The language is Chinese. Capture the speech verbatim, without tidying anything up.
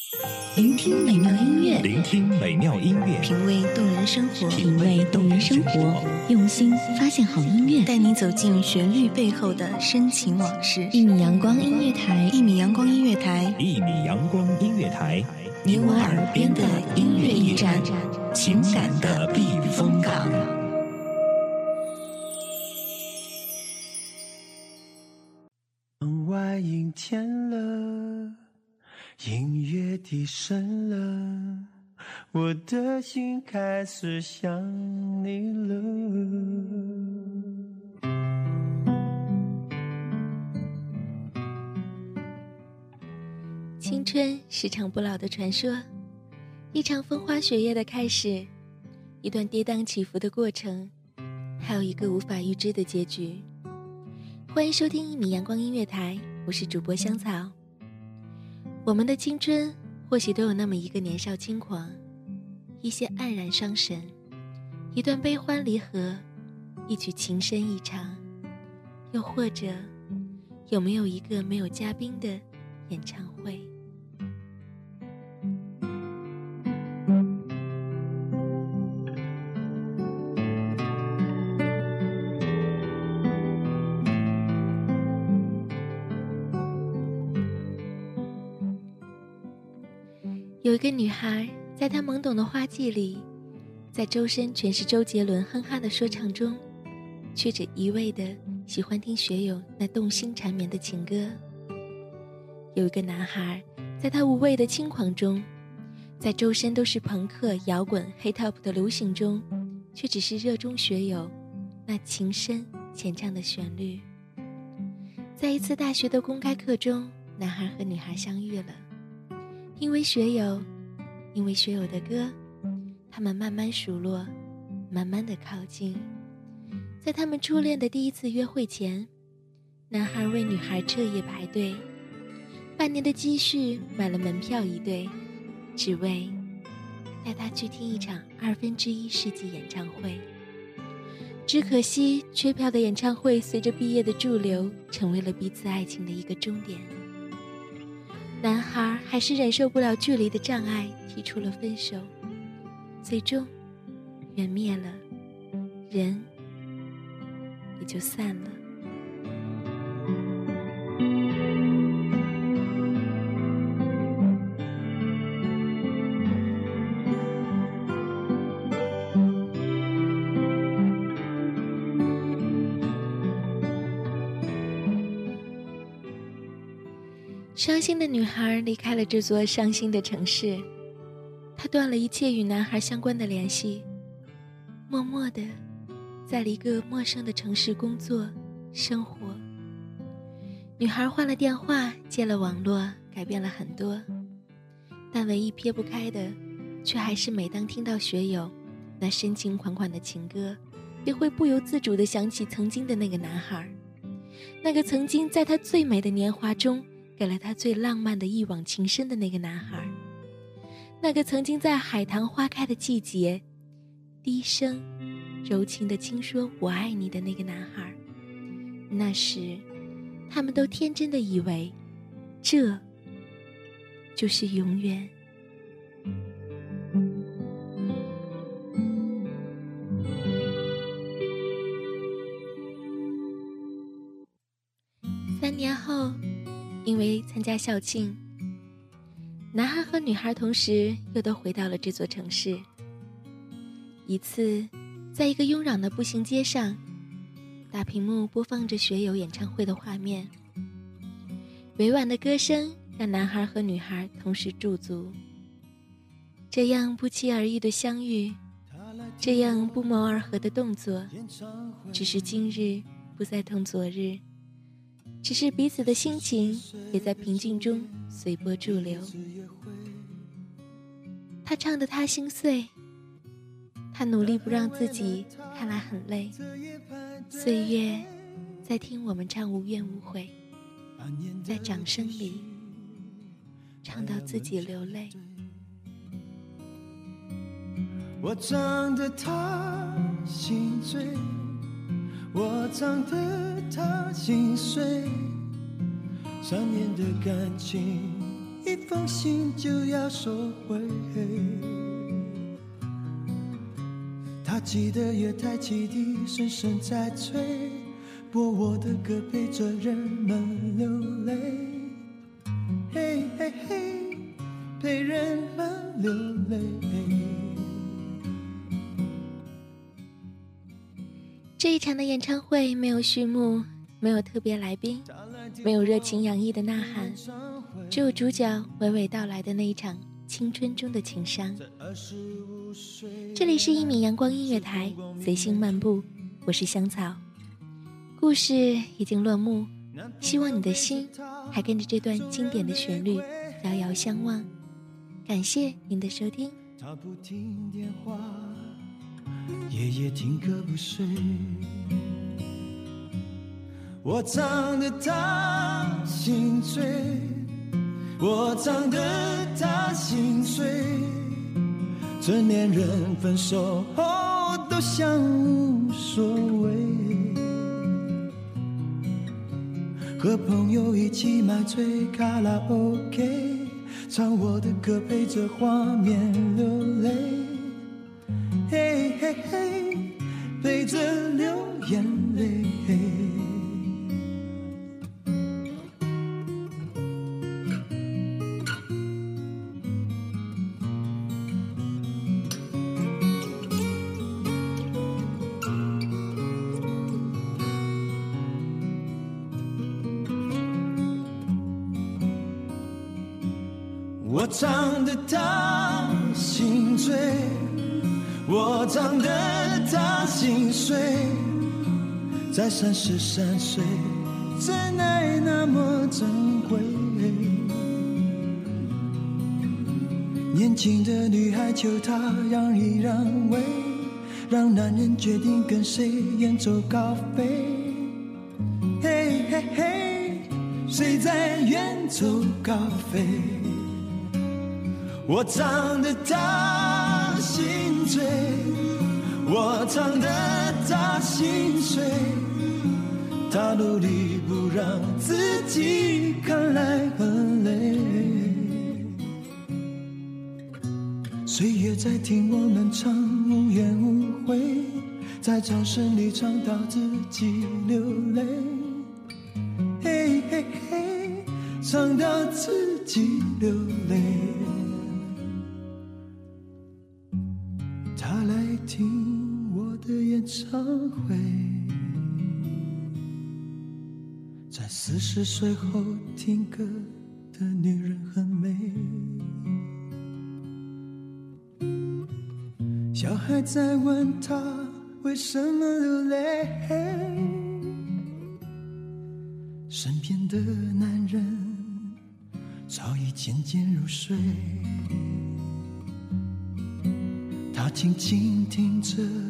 聆听美妙音乐， 聆听美妙音乐， 品味动人生活， 品味动人生活， 用心发现好音乐， 带你走进旋律背后的深情往事。 一米阳光音乐台， 一米阳光音乐台， 一米阳光音乐台， 你我耳边的音乐驿站，情感的避风港。 窗外阴天了，音乐低声了，我的心开始想你了。 青春是场不老的传说，一场风花雪月的开始，一段跌宕起伏的过程，还有一个无法预知的结局。欢迎收听一米阳光音乐台，我是主播香草。我们的青春或许都有那么一个年少轻狂，一些黯然伤神，一段悲欢离合，一曲情深意长，又或者有没有一个没有嘉宾的演唱会。有一个女孩，在她懵懂的花季里，在周身全是周杰伦哼哈的说唱中，却只一味的喜欢听学友那动心缠绵的情歌。有一个男孩，在他无畏的轻狂中，在周身都是朋克、摇滚、黑 top 的流行中，却只是热衷学友那情深浅唱的旋律。在一次大学的公开课中，男孩和女孩相遇了，因为学友，因为学友的歌，他们慢慢熟络，慢慢的靠近。在他们初恋的第一次约会前，男孩为女孩彻夜排队，半年的积蓄买了门票一对，只为带她去听一场二分之一世纪演唱会。只可惜缺票的演唱会随着毕业的驻留，成为了彼此爱情的一个终点。男孩还是忍受不了距离的障碍，提出了分手，最终缘灭了，人也就散了。伤心的女孩离开了这座伤心的城市，她断了一切与男孩相关的联系，默默地在一个陌生的城市工作生活。女孩换了电话，接了网络，改变了很多，但唯一撇不开的，却还是每当听到学友那深情款款的情歌，便会不由自主地想起曾经的那个男孩，那个曾经在他最美的年华中给了他最浪漫的一往情深的那个男孩，那个曾经在海棠花开的季节低声柔情地轻说我爱你的那个男孩。那时他们都天真地以为这就是永远。三年后，因为参加校庆，男孩和女孩同时又都回到了这座城市。一次在一个慵懒的步行街上，大屏幕播放着学友演唱会的画面，委婉的歌声让男孩和女孩同时驻足。这样不期而遇的相遇，这样不谋而合的动作，只是今日不再同昨日，只是彼此的心情也在平静中随波逐流。他唱得他心碎，他努力不让自己看来很累，岁月在听我们唱无怨无悔，在掌声里唱到自己流泪。 我唱得他心醉，我唱得他心碎，三年的感情一封信就要收回。他记得月台汽笛声声在催，播我的歌陪着人们流泪，嘿嘿嘿，陪人们流泪。 这一场的演唱会没有序幕，没有特别来宾，没有热情洋溢的呐喊，只有主角娓娓道来的那一场青春中的情伤。这里是一米阳光音乐台，随心漫步，我是香草。故事已经落幕，希望你的心还跟着这段经典的旋律遥遥相望。感谢您的收听。 他不听电话，夜夜听歌不睡，我唱得他心醉，我唱得他心碎，成年人分手后都像无所谓，和朋友一起买醉卡拉 OK， 唱我的歌陪着画面流泪，嘿嘿嘿，陪着流眼泪。我唱得他心醉，我唱得他心碎，在三十三岁，真爱那么珍贵。年轻的女孩求他让一让位，让男人决定跟谁远走高飞。嘿嘿嘿，谁在远走高飞？我唱得他心醉，我唱得他心碎，他努力不让自己看来很累。岁月在听我们唱无怨无悔，在掌声里唱到自己流泪，嘿嘿嘿，唱到自己流泪。他来听我的演唱会，在四十岁后听歌的女人很美，小孩在问他为什么流泪，身边的男人早已渐渐入睡，他静静听着